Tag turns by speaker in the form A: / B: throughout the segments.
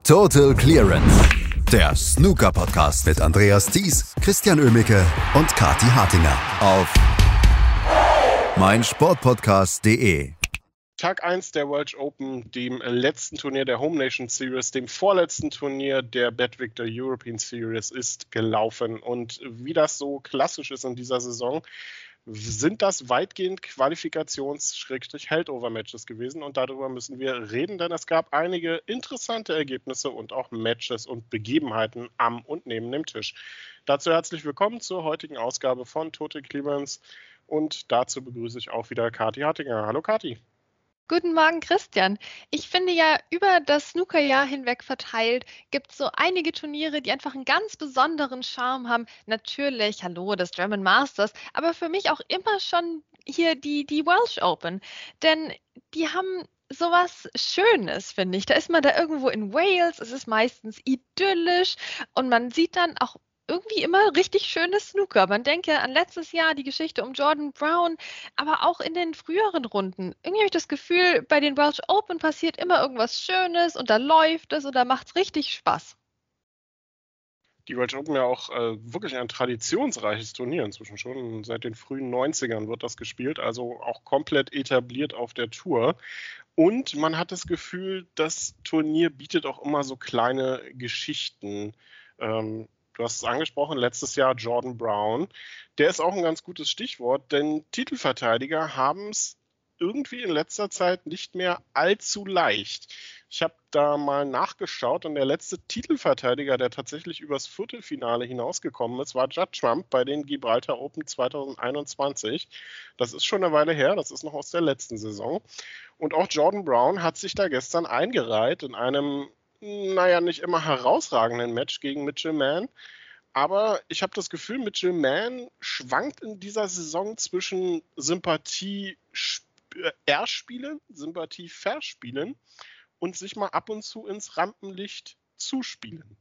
A: Total Clearance, der Snooker-Podcast mit Andreas Thies, Christian Oemicke und Kathi Hartinger auf meinsportpodcast.de.
B: Tag 1 der Welsh Open, dem letzten Turnier der Home Nation Series, dem vorletzten Turnier der Bet-Victor European Series ist gelaufen. Und wie das so klassisch ist in dieser Saison, sind das weitgehend Qualifikations-Heldover-Matches gewesen. Und darüber müssen wir reden, denn es gab einige interessante Ergebnisse und auch Matches und Begebenheiten am und neben dem Tisch. Dazu herzlich willkommen zur heutigen Ausgabe von Total Clearance. Und dazu begrüße ich auch wieder Kathi Hartinger. Hallo Kathi.
C: Guten Morgen, Christian. Ich finde ja, über das Snookerjahr hinweg verteilt gibt es so einige Turniere, die einfach einen ganz besonderen Charme haben. Natürlich, hallo, das German Masters, aber für mich auch immer schon hier die Welsh Open. Denn die haben sowas Schönes, finde ich. Da ist man da irgendwo in Wales, es ist meistens idyllisch und man sieht dann auch irgendwie immer richtig schönes Snooker. Man denke an letztes Jahr die Geschichte um Jordan Brown, aber auch in den früheren Runden. Irgendwie habe ich das Gefühl, bei den Welsh Open passiert immer irgendwas Schönes und da läuft es und da macht es richtig Spaß.
B: Die Welsh Open ja auch wirklich ein traditionsreiches Turnier inzwischen schon. Seit den frühen 90ern wird das gespielt, also auch komplett etabliert auf der Tour. Und man hat das Gefühl, das Turnier bietet auch immer so kleine Geschichten. Du hast es angesprochen, letztes Jahr Jordan Brown. Der ist auch ein ganz gutes Stichwort, denn Titelverteidiger haben es irgendwie in letzter Zeit nicht mehr allzu leicht. Ich habe da mal nachgeschaut und der letzte Titelverteidiger, der tatsächlich übers Viertelfinale hinausgekommen ist, war Judd Trump bei den Gibraltar Open 2021. Das ist schon eine Weile her, das ist noch aus der letzten Saison. Und auch Jordan Brown hat sich da gestern eingereiht in einem nicht immer herausragenden Match gegen Mitchell Mann. Aber ich habe das Gefühl, Mitchell Mann schwankt in dieser Saison zwischen Sympathie-Erspielen, Sympathie-Verspielen und sich mal ab und zu ins Rampenlicht zuspielen.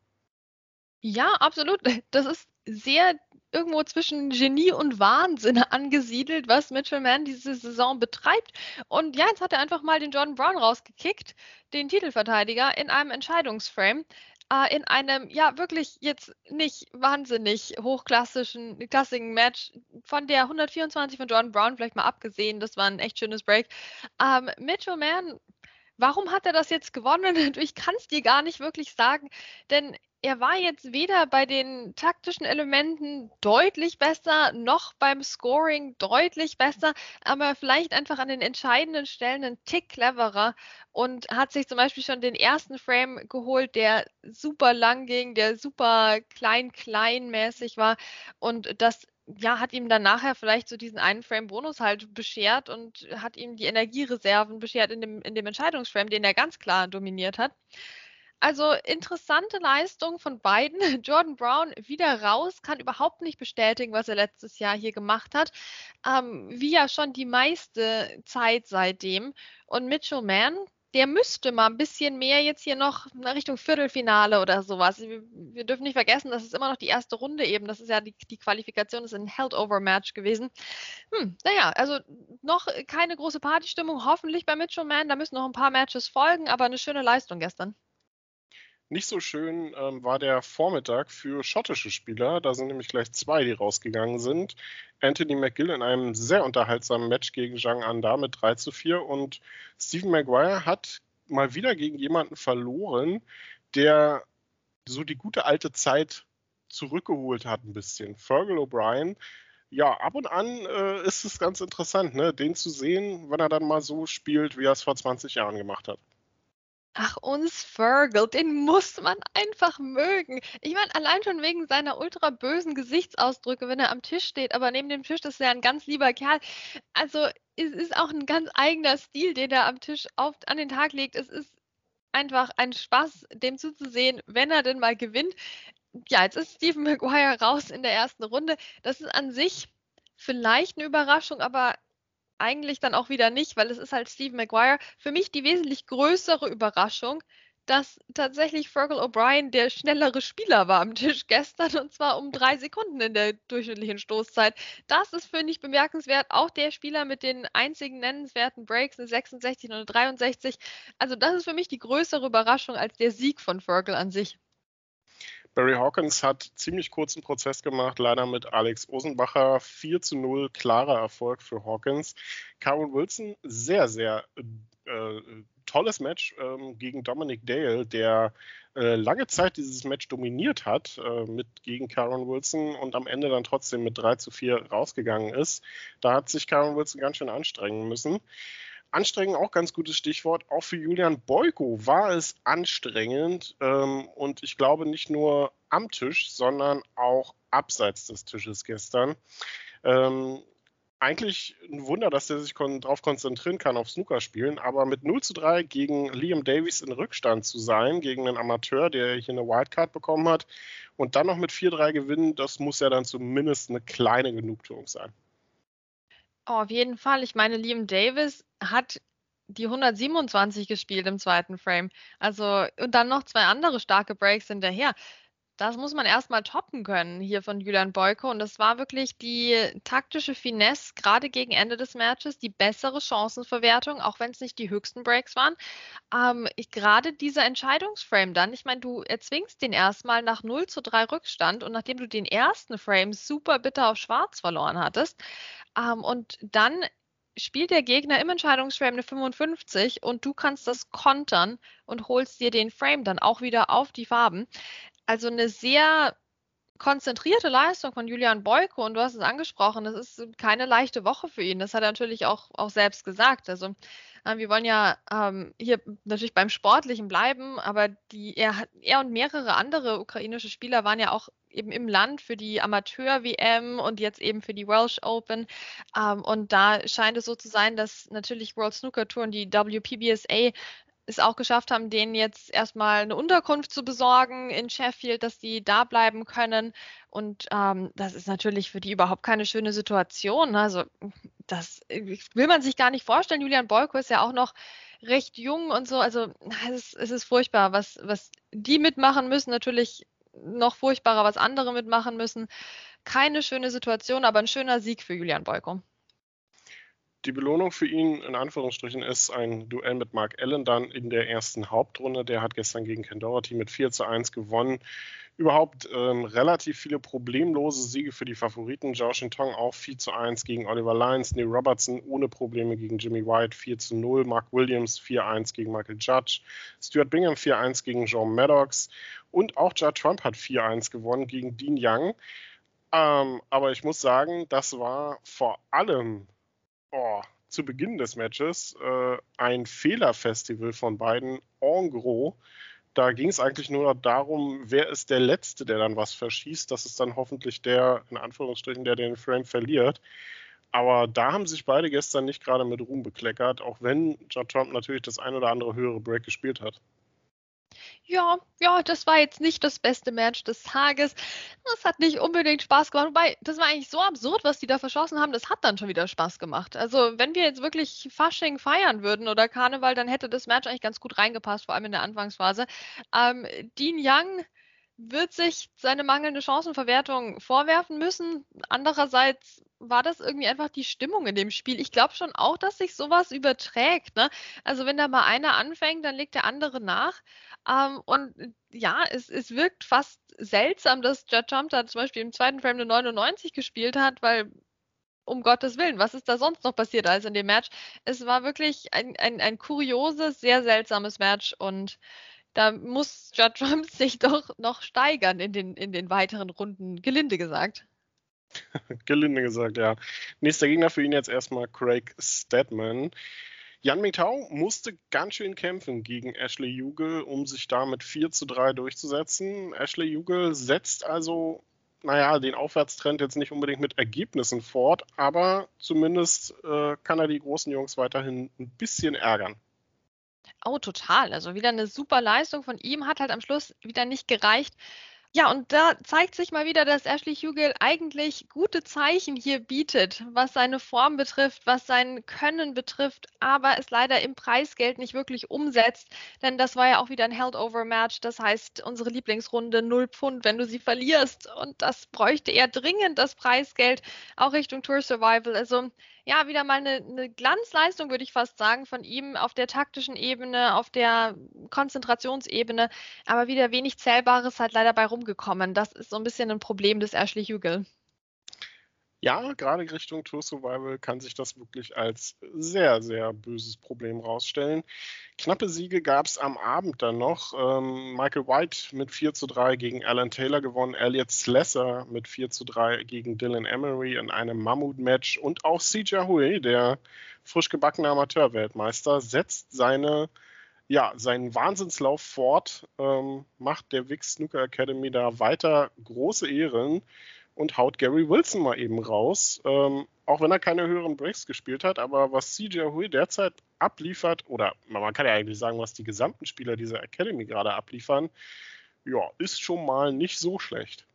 C: Ja, absolut. Das ist sehr irgendwo zwischen Genie und Wahnsinn angesiedelt, was Mitchell Mann diese Saison betreibt. Und ja, jetzt hat er einfach mal den Jordan Brown rausgekickt, den Titelverteidiger, in einem Entscheidungsframe. In einem, ja, wirklich jetzt nicht wahnsinnig klassigen Match. Von der 124 von Jordan Brown vielleicht mal abgesehen, das war ein echt schönes Break. Mitchell Mann, warum hat er das jetzt gewonnen? Ich kann es dir gar nicht wirklich sagen, denn er war jetzt weder bei den taktischen Elementen deutlich besser, noch beim Scoring deutlich besser, aber vielleicht einfach an den entscheidenden Stellen einen Tick cleverer und hat sich zum Beispiel schon den ersten Frame geholt, der super lang ging, der super klein-mäßig war und das hat ihm dann nachher vielleicht so diesen einen Frame-Bonus halt beschert und hat ihm die Energiereserven beschert in dem Entscheidungsframe, den er ganz klar dominiert hat. Also interessante Leistung von beiden. Jordan Brown wieder raus, kann überhaupt nicht bestätigen, was er letztes Jahr hier gemacht hat. Wie ja schon die meiste Zeit seitdem. Und Mitchell Mann, der müsste mal ein bisschen mehr jetzt hier noch in Richtung Viertelfinale oder sowas. Wir dürfen nicht vergessen, das ist immer noch die erste Runde eben. Das ist ja die Qualifikation, das ist ein Held-Over-Match gewesen. Also noch keine große Partystimmung, hoffentlich bei Mitchell Mann. Da müssen noch ein paar Matches folgen, aber eine schöne Leistung gestern.
B: Nicht so schön war der Vormittag für schottische Spieler. Da sind nämlich gleich zwei, die rausgegangen sind. Anthony McGill in einem sehr unterhaltsamen Match gegen Zhang Anda mit 3:4 und Stephen Maguire hat mal wieder gegen jemanden verloren, der so die gute alte Zeit zurückgeholt hat ein bisschen. Fergal O'Brien. Ja, ab und an ist es ganz interessant, ne, den zu sehen, wenn er dann mal so spielt, wie er es vor 20 Jahren gemacht hat.
C: Ach, uns Fergal, den muss man einfach mögen. Ich meine, allein schon wegen seiner ultra bösen Gesichtsausdrücke, wenn er am Tisch steht, aber neben dem Tisch ist er ein ganz lieber Kerl. Also, es ist auch ein ganz eigener Stil, den er am Tisch an den Tag legt. Es ist einfach ein Spaß, dem zuzusehen, wenn er denn mal gewinnt. Ja, jetzt ist Stephen Maguire raus in der ersten Runde. Das ist an sich vielleicht eine Überraschung, aber eigentlich dann auch wieder nicht, weil es ist halt Stephen Maguire. Für mich die wesentlich größere Überraschung, dass tatsächlich Fergal O'Brien der schnellere Spieler war am Tisch gestern und zwar um 3 Sekunden in der durchschnittlichen Stoßzeit. Das ist, finde ich, bemerkenswert. Auch der Spieler mit den einzigen nennenswerten Breaks, eine 66 und eine 63. Also das ist für mich die größere Überraschung als der Sieg von Fergal an sich.
B: Barry Hawkins hat ziemlich kurzen Prozess gemacht, leider mit Alex Osenbacher. 4:0, klarer Erfolg für Hawkins. Karen Wilson, sehr, sehr tolles Match gegen Dominic Dale, der lange Zeit dieses Match dominiert hat gegen Karen Wilson und am Ende dann trotzdem mit 3:4 rausgegangen ist. Da hat sich Karen Wilson ganz schön anstrengen müssen. Anstrengend, auch ganz gutes Stichwort. Auch für Julian Boyko war es anstrengend und ich glaube nicht nur am Tisch, sondern auch abseits des Tisches gestern. Eigentlich ein Wunder, dass er sich darauf konzentrieren kann, auf Snooker spielen, aber mit 0:3 gegen Liam Davies in Rückstand zu sein, gegen einen Amateur, der hier eine Wildcard bekommen hat und dann noch mit 4:3 gewinnen, das muss ja dann zumindest eine kleine Genugtuung sein.
C: Oh, auf jeden Fall. Ich meine, Liam Davis hat die 127 gespielt im zweiten Frame. Also, und dann noch 2 andere starke Breaks hinterher. Das muss man erstmal toppen können hier von Julian Boyko. Und das war wirklich die taktische Finesse, gerade gegen Ende des Matches, die bessere Chancenverwertung, auch wenn es nicht die höchsten Breaks waren. Gerade dieser Entscheidungsframe dann, ich meine, du erzwingst den erstmal nach 0:3 Rückstand und nachdem du den ersten Frame super bitter auf Schwarz verloren hattest, und dann spielt der Gegner im Entscheidungsframe eine 55 und du kannst das kontern und holst dir den Frame dann auch wieder auf die Farben. Also eine sehr konzentrierte Leistung von Julian Boyko und du hast es angesprochen, das ist keine leichte Woche für ihn. Das hat er natürlich auch selbst gesagt. Also wir wollen ja hier natürlich beim Sportlichen bleiben, aber er und mehrere andere ukrainische Spieler waren ja auch eben im Land für die Amateur-WM und jetzt eben für die Welsh Open. Und da scheint es so zu sein, dass natürlich World Snooker Tour und die WPBSA es auch geschafft haben, denen jetzt erstmal eine Unterkunft zu besorgen in Sheffield, dass die da bleiben können. Und das ist natürlich für die überhaupt keine schöne Situation. Also das will man sich gar nicht vorstellen. Julian Boyko ist ja auch noch recht jung und so. Also es ist furchtbar, was die mitmachen müssen. Natürlich noch furchtbarer, was andere mitmachen müssen. Keine schöne Situation, aber ein schöner Sieg für Julian Boyko.
B: Die Belohnung für ihn, in Anführungsstrichen, ist ein Duell mit Mark Allen dann in der ersten Hauptrunde. Der hat gestern gegen Ken Doherty mit 4:1 gewonnen. Überhaupt relativ viele problemlose Siege für die Favoriten. Zhao Xintong auch 4:1 gegen Oliver Lyons. Neil Robertson ohne Probleme gegen Jimmy White 4:0. Mark Williams 4:1 gegen Michael Judge. Stuart Bingham 4:1 gegen John Maddox. Und auch Judd Trump hat 4:1 gewonnen gegen Dean Young. Aber ich muss sagen, das war vor allem zu Beginn des Matches ein Fehlerfestival von beiden en gros. Da ging es eigentlich nur darum, wer ist der Letzte, der dann was verschießt. Das ist dann hoffentlich der, in Anführungsstrichen, der den Frame verliert. Aber da haben sich beide gestern nicht gerade mit Ruhm bekleckert, auch wenn Judd Trump natürlich das ein oder andere höhere Break gespielt hat.
C: Ja, das war jetzt nicht das beste Match des Tages. Das hat nicht unbedingt Spaß gemacht. Wobei, das war eigentlich so absurd, was die da verschossen haben. Das hat dann schon wieder Spaß gemacht. Also, wenn wir jetzt wirklich Fasching feiern würden oder Karneval, dann hätte das Match eigentlich ganz gut reingepasst, vor allem in der Anfangsphase. Dean Young wird sich seine mangelnde Chancenverwertung vorwerfen müssen. Andererseits war das irgendwie einfach die Stimmung in dem Spiel. Ich glaube schon auch, dass sich sowas überträgt. Ne? Also wenn da mal einer anfängt, dann legt der andere nach. Und ja, es wirkt fast seltsam, dass Judd Trump da zum Beispiel im zweiten Frame eine 99 gespielt hat, weil um Gottes Willen, was ist da sonst noch passiert als in dem Match? Es war wirklich ein kurioses, sehr seltsames Match und da muss Judd Trump sich doch noch steigern in den weiteren Runden, gelinde gesagt.
B: Gelinde gesagt, ja. Nächster Gegner für ihn jetzt erstmal Craig Stedman. Yan Mingtao musste ganz schön kämpfen gegen Ashley Jugel, um sich da mit 4:3 durchzusetzen. Ashley Jugel setzt also, den Aufwärtstrend jetzt nicht unbedingt mit Ergebnissen fort, aber zumindest kann er die großen Jungs weiterhin ein bisschen ärgern.
C: Oh, total. Also wieder eine super Leistung von ihm, hat halt am Schluss wieder nicht gereicht. Ja, und da zeigt sich mal wieder, dass Ashley Hugel eigentlich gute Zeichen hier bietet, was seine Form betrifft, was sein Können betrifft, aber es leider im Preisgeld nicht wirklich umsetzt, denn das war ja auch wieder ein Held-Over-Match, das heißt unsere Lieblingsrunde 0 Pfund, wenn du sie verlierst, und das bräuchte er dringend, das Preisgeld, auch Richtung Tour Survival. Also ja, wieder mal eine Glanzleistung, würde ich fast sagen, von ihm auf der taktischen Ebene, auf der Konzentrationsebene, aber wieder wenig Zählbares halt leider bei rumgekommen. Das ist so ein bisschen ein Problem des Ashley Hugel.
B: Ja, gerade Richtung Tour Survival kann sich das wirklich als sehr, sehr böses Problem rausstellen. Knappe Siege gab es am Abend dann noch. Michael White mit 4:3 gegen Alan Taylor gewonnen, Elliot Slesser mit 4:3 gegen Dylan Emery in einem Mammut-Match und auch Si-Jia Hui, der frisch gebackene Amateurweltmeister, setzt seinen Wahnsinnslauf fort, macht der Vic Snooker Academy da weiter große Ehren und haut Gary Wilson mal eben raus. Auch wenn er keine höheren Breaks gespielt hat, aber was Si-Jia Hui derzeit abliefert, oder man kann ja eigentlich sagen, was die gesamten Spieler dieser Academy gerade abliefern, ja, ist schon mal nicht so schlecht.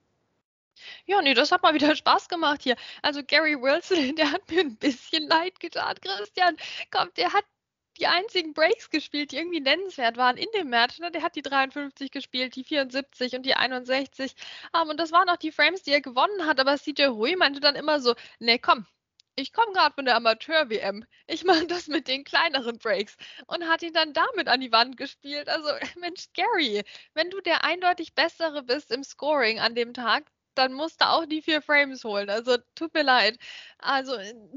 C: Ja, nee, das hat mal wieder Spaß gemacht hier. Also Gary Wilson, der hat mir ein bisschen leid getan, Christian. Komm, der hat die einzigen Breaks gespielt, die irgendwie nennenswert waren in dem Match. Ne? Der hat die 53 gespielt, die 74 und die 61. Und das waren auch die Frames, die er gewonnen hat. Aber CJ Hui meinte dann immer so, nee, komm, ich komme gerade von der Amateur-WM. Ich mache das mit den kleineren Breaks. Und hat ihn dann damit an die Wand gespielt. Also, Mensch, Gary, wenn du der eindeutig Bessere bist im Scoring an dem Tag, dann musst du auch die 4 Frames holen. Also tut mir leid. Also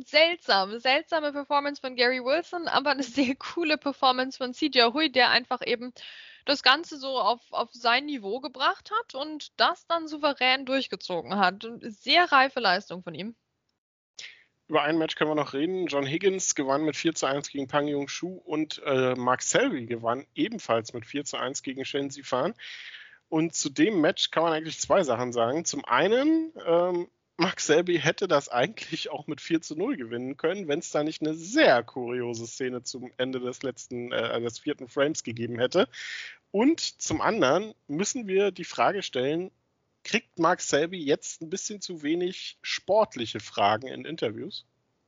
C: seltsame Performance von Gary Wilson, aber eine sehr coole Performance von Si-Jia Hui, der einfach eben das Ganze so auf sein Niveau gebracht hat und das dann souverän durchgezogen hat. Sehr reife Leistung von ihm.
B: Über ein Match können wir noch reden. John Higgins gewann mit 4:1 gegen Pang Yong-Shu und Mark Selby gewann ebenfalls mit 4:1 gegen Shen Zifan. Und zu dem Match kann man eigentlich zwei Sachen sagen. Zum einen, Mark Selby hätte das eigentlich auch mit 4:0 gewinnen können, wenn es da nicht eine sehr kuriose Szene zum Ende des 4. Frames gegeben hätte. Und zum anderen müssen wir die Frage stellen, kriegt Mark Selby jetzt ein bisschen zu wenig sportliche Fragen in Interviews?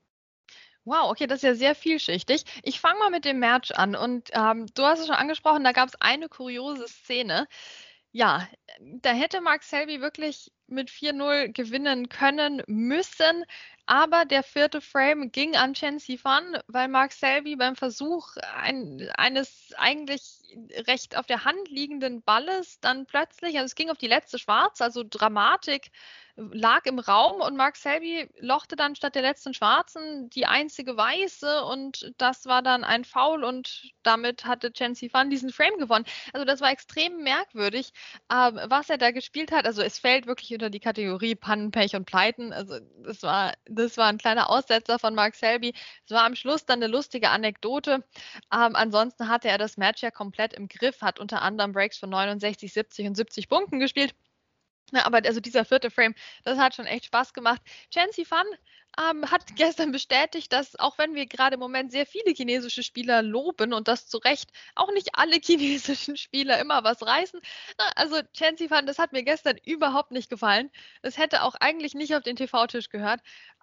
C: Wow, okay, das ist ja sehr vielschichtig. Ich fange mal mit dem Match an und du hast es schon angesprochen, da gab es eine kuriose Szene. Ja, da hätte Mark Selby wirklich mit 4:0 gewinnen können müssen, aber der 4. Frame ging an Chen Zifan, weil Mark Selby beim Versuch eines eigentlich recht auf der Hand liegenden Balles dann plötzlich, also es ging auf die letzte Schwarz, also Dramatik lag im Raum und Mark Selby lochte dann statt der letzten Schwarzen die einzige Weiße und das war dann ein Foul und damit hatte Chen Zifan diesen Frame gewonnen. Also das war extrem merkwürdig, was er da gespielt hat. Also es fällt wirklich unter die Kategorie Pannen, Pech und Pleiten. Also das war ein kleiner Aussetzer von Mark Selby. Es war am Schluss dann eine lustige Anekdote. Ansonsten hatte er das Match ja komplett im Griff, hat unter anderem Breaks von 69, 70 und 70 Punkten gespielt. Ja, aber also dieser 4. Frame, das hat schon echt Spaß gemacht. Chen Zifan hat gestern bestätigt, dass auch wenn wir gerade im Moment sehr viele chinesische Spieler loben und das zu Recht, auch nicht alle chinesischen Spieler immer was reißen. Also Chen Zifan, das hat mir gestern überhaupt nicht gefallen. Das hätte auch eigentlich nicht auf den TV-Tisch gehört.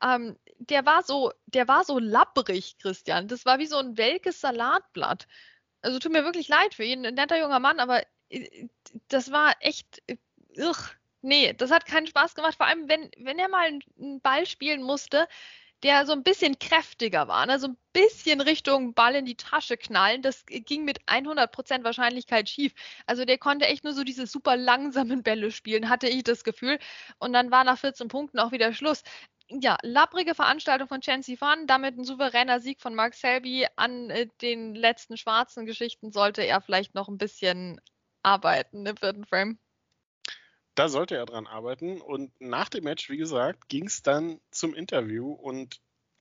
C: Der war so labbrig, Christian. Das war wie so ein welkes Salatblatt. Also tut mir wirklich leid für ihn, ein netter junger Mann, aber das war echt. Nee, das hat keinen Spaß gemacht. Vor allem, wenn er mal einen Ball spielen musste, der so ein bisschen kräftiger war, ne? So ein bisschen Richtung Ball in die Tasche knallen, das ging mit 100% Wahrscheinlichkeit schief. Also der konnte echt nur so diese super langsamen Bälle spielen, hatte ich das Gefühl. Und dann war nach 14 Punkten auch wieder Schluss. Ja, labbrige Veranstaltung von Chen Zifan, damit ein souveräner Sieg von Mark Selby. An den letzten schwarzen Geschichten sollte er vielleicht noch ein bisschen arbeiten im 4. Frame.
B: Da sollte er dran arbeiten. Und nach dem Match, wie gesagt, ging es dann zum Interview. Und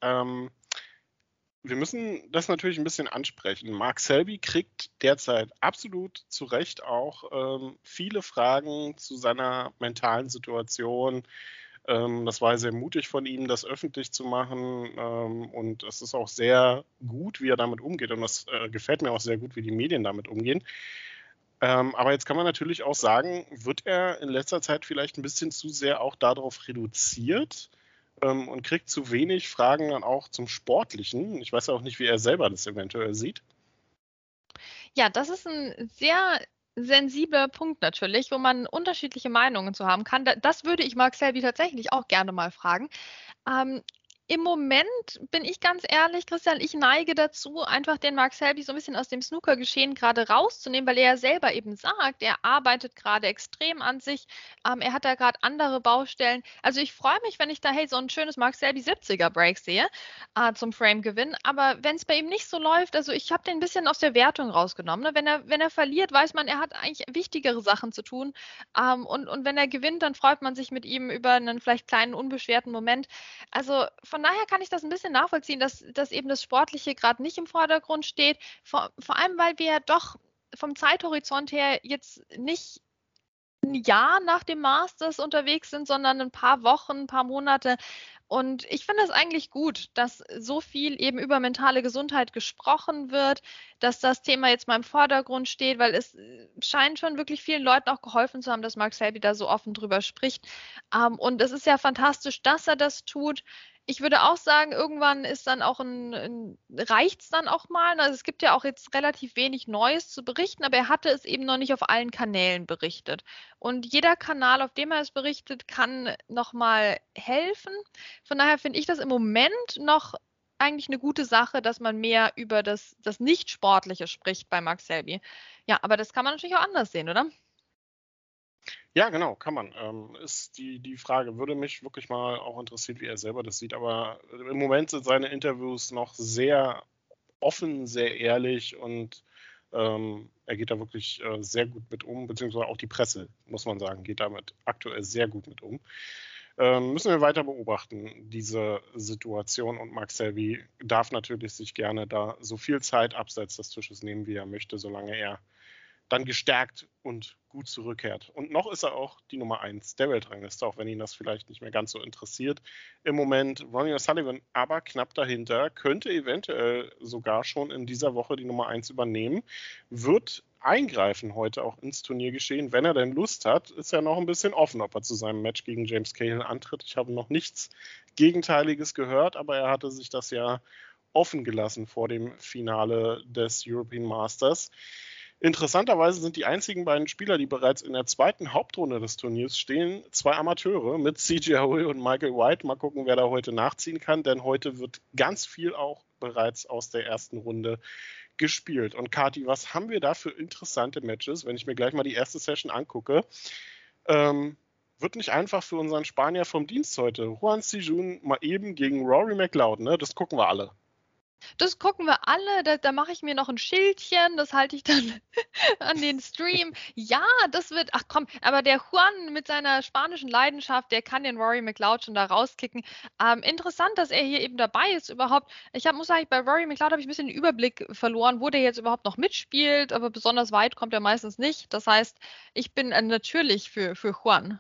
B: wir müssen das natürlich ein bisschen ansprechen. Mark Selby kriegt derzeit absolut zu Recht auch viele Fragen zu seiner mentalen Situation. Das war sehr mutig von ihm, das öffentlich zu machen. Und es ist auch sehr gut, wie er damit umgeht. Und das gefällt mir auch sehr gut, wie die Medien damit umgehen. Aber jetzt kann man natürlich auch sagen, wird er in letzter Zeit vielleicht ein bisschen zu sehr auch darauf reduziert und kriegt zu wenig Fragen dann auch zum Sportlichen. Ich weiß auch nicht, wie er selber das eventuell sieht.
C: Ja, das ist ein sehr sensibler Punkt natürlich, wo man unterschiedliche Meinungen zu haben kann. Das würde ich Mark Selby tatsächlich auch gerne mal fragen. Im Moment bin ich ganz ehrlich, Christian, ich neige dazu, einfach den Mark Selby so ein bisschen aus dem Snooker-Geschehen gerade rauszunehmen, weil er ja selber eben sagt, er arbeitet gerade extrem an sich, er hat da gerade andere Baustellen. Also ich freue mich, wenn ich da so ein schönes Mark Selby 70er-Break sehe zum Frame-Gewinn, aber wenn es bei ihm nicht so läuft, also ich habe den ein bisschen aus der Wertung rausgenommen. Ne? Wenn er verliert, weiß man, er hat eigentlich wichtigere Sachen zu tun und wenn er gewinnt, dann freut man sich mit ihm über einen vielleicht kleinen, unbeschwerten Moment. Also von daher kann ich das ein bisschen nachvollziehen, dass eben das Sportliche gerade nicht im Vordergrund steht. Vor allem, weil wir ja doch vom Zeithorizont her jetzt nicht ein Jahr nach dem Masters unterwegs sind, sondern ein paar Wochen, ein paar Monate. Und ich finde es eigentlich gut, dass so viel eben über mentale Gesundheit gesprochen wird, dass das Thema jetzt mal im Vordergrund steht, weil es scheint schon wirklich vielen Leuten auch geholfen zu haben, dass Mark Selby da so offen drüber spricht. Und es ist ja fantastisch, dass er das tut. Ich würde auch sagen, irgendwann ist dann auch reicht es dann auch mal. Also es gibt ja auch jetzt relativ wenig Neues zu berichten, aber er hatte es eben noch nicht auf allen Kanälen berichtet. Und jeder Kanal, auf dem er es berichtet, kann nochmal helfen. Von daher finde ich das im Moment noch eigentlich eine gute Sache, dass man mehr über das Nicht-Sportliche spricht bei Mark Selby. Ja, aber das kann man natürlich auch anders sehen, oder?
B: Ja, genau, kann man. Ist die Frage, würde mich wirklich mal auch interessieren, wie er selber das sieht. Aber im Moment sind seine Interviews noch sehr offen, sehr ehrlich und er geht da wirklich sehr gut mit um, beziehungsweise auch die Presse, muss man sagen, geht damit aktuell sehr gut mit um. Müssen wir weiter beobachten, diese Situation, und Mark Selby darf natürlich sich gerne da so viel Zeit abseits des Tisches nehmen, wie er möchte, solange er dann gestärkt und gut zurückkehrt. Und noch ist er auch die Nummer 1 der Weltrangliste, auch wenn ihn das vielleicht nicht mehr ganz so interessiert. Im Moment Ronnie O'Sullivan aber knapp dahinter, könnte eventuell sogar schon in dieser Woche die Nummer 1 übernehmen, wird eingreifen heute auch ins Turniergeschehen, wenn er denn Lust hat. Ist ja noch ein bisschen offen, ob er zu seinem Match gegen James Cahill antritt. Ich habe noch nichts Gegenteiliges gehört, aber er hatte sich das ja offen gelassen vor dem Finale des European Masters. Interessanterweise sind die einzigen beiden Spieler, die bereits in der zweiten Hauptrunde des Turniers stehen, 2 Amateure mit CJ Hull und Michael White. Mal gucken, wer da heute nachziehen kann, denn heute wird ganz viel auch bereits aus der ersten Runde gespielt. Und Kati, was haben wir da für interessante Matches, wenn ich mir gleich mal die erste Session angucke? Wird nicht einfach für unseren Spanier vom Dienst heute. Juan Sijun mal eben gegen Rory McLeod, ne? Das gucken wir alle.
C: Das gucken wir alle, da mache ich mir noch ein Schildchen, das halte ich dann an den Stream. Ja, das wird, ach komm, aber der Juan mit seiner spanischen Leidenschaft, der kann den Rory McLeod schon da rauskicken. Interessant, dass er hier eben dabei ist überhaupt. Muss sagen, bei Rory McLeod habe ich ein bisschen den Überblick verloren, wo der jetzt überhaupt noch mitspielt, aber besonders weit kommt er meistens nicht. Das heißt, ich bin natürlich für Juan.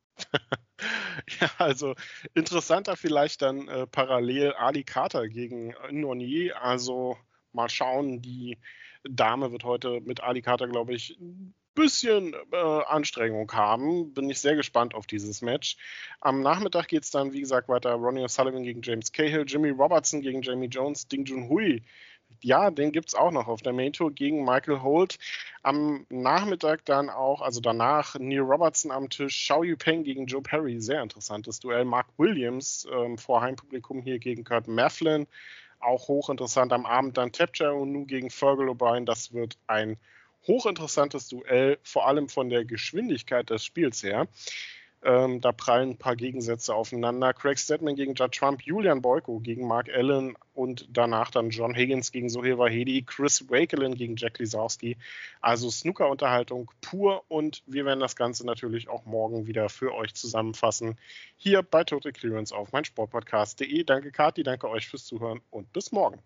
B: Ja, also interessanter vielleicht dann parallel Ali Carter gegen Nonier. Also mal schauen, die Dame wird heute mit Ali Carter, glaube ich, ein bisschen Anstrengung haben. Bin ich sehr gespannt auf dieses Match. Am Nachmittag geht es dann, wie gesagt, weiter. Ronnie O'Sullivan gegen James Cahill, Jimmy Robertson gegen Jamie Jones, Ding Junhui. Ja, den gibt es auch noch auf der Main Tour gegen Michael Holt. Am Nachmittag dann auch, also danach, Neil Robertson am Tisch, Xiao Yupeng gegen Joe Perry, sehr interessantes Duell. Mark Williams vor Heimpublikum hier gegen Kurt Maflin, auch hochinteressant. Am Abend dann Tapja Unu gegen Fergal O'Brien, das wird ein hochinteressantes Duell, vor allem von der Geschwindigkeit des Spiels her. Da prallen ein paar Gegensätze aufeinander. Craig Stedman gegen Judd Trump, Julian Boyko gegen Mark Allen und danach dann John Higgins gegen Sohail Vahedi, Chris Wakelin gegen Jack Lisowski. Also Snooker-Unterhaltung pur, und wir werden das Ganze natürlich auch morgen wieder für euch zusammenfassen. Hier bei Total Clearance auf meinsportpodcast.de. Danke Kathi, danke euch fürs Zuhören und bis morgen.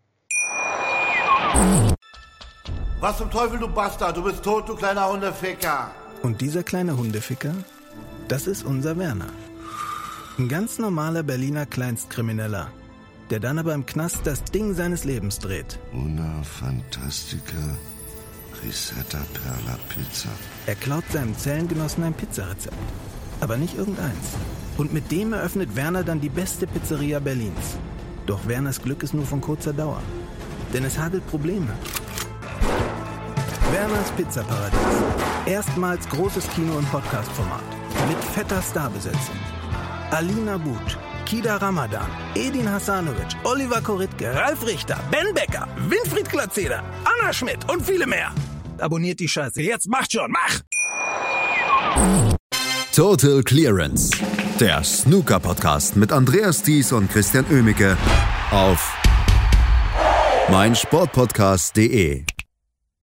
D: Was zum Teufel, du Bastard? Du bist tot, du kleiner Hundeficker.
E: Und dieser kleine Hundeficker? Das ist unser Werner. Ein ganz normaler Berliner Kleinstkrimineller, der dann aber im Knast das Ding seines Lebens dreht.
F: Una Fantastica
D: Risetta Perla Pizza.
E: Er klaut seinem Zellengenossen ein Pizzarezept. Aber nicht irgendeins. Und mit dem eröffnet Werner dann die beste Pizzeria Berlins. Doch Werners Glück ist nur von kurzer Dauer. Denn es hagelt Probleme. Werners Pizzaparadies. Erstmals großes Kino- und Podcast-Format. Mit fetter Starbesetzung. Alina But, Kida Ramadan, Edin Hasanovic, Oliver Koritke, Ralf Richter, Ben Becker, Winfried Glatzeder, Anna Schmidt und viele mehr. Abonniert die Scheiße. Jetzt macht schon, mach!
A: Total Clearance. Der Snooker-Podcast mit Andreas Thies und Christian Oemicke auf meinsportpodcast.de.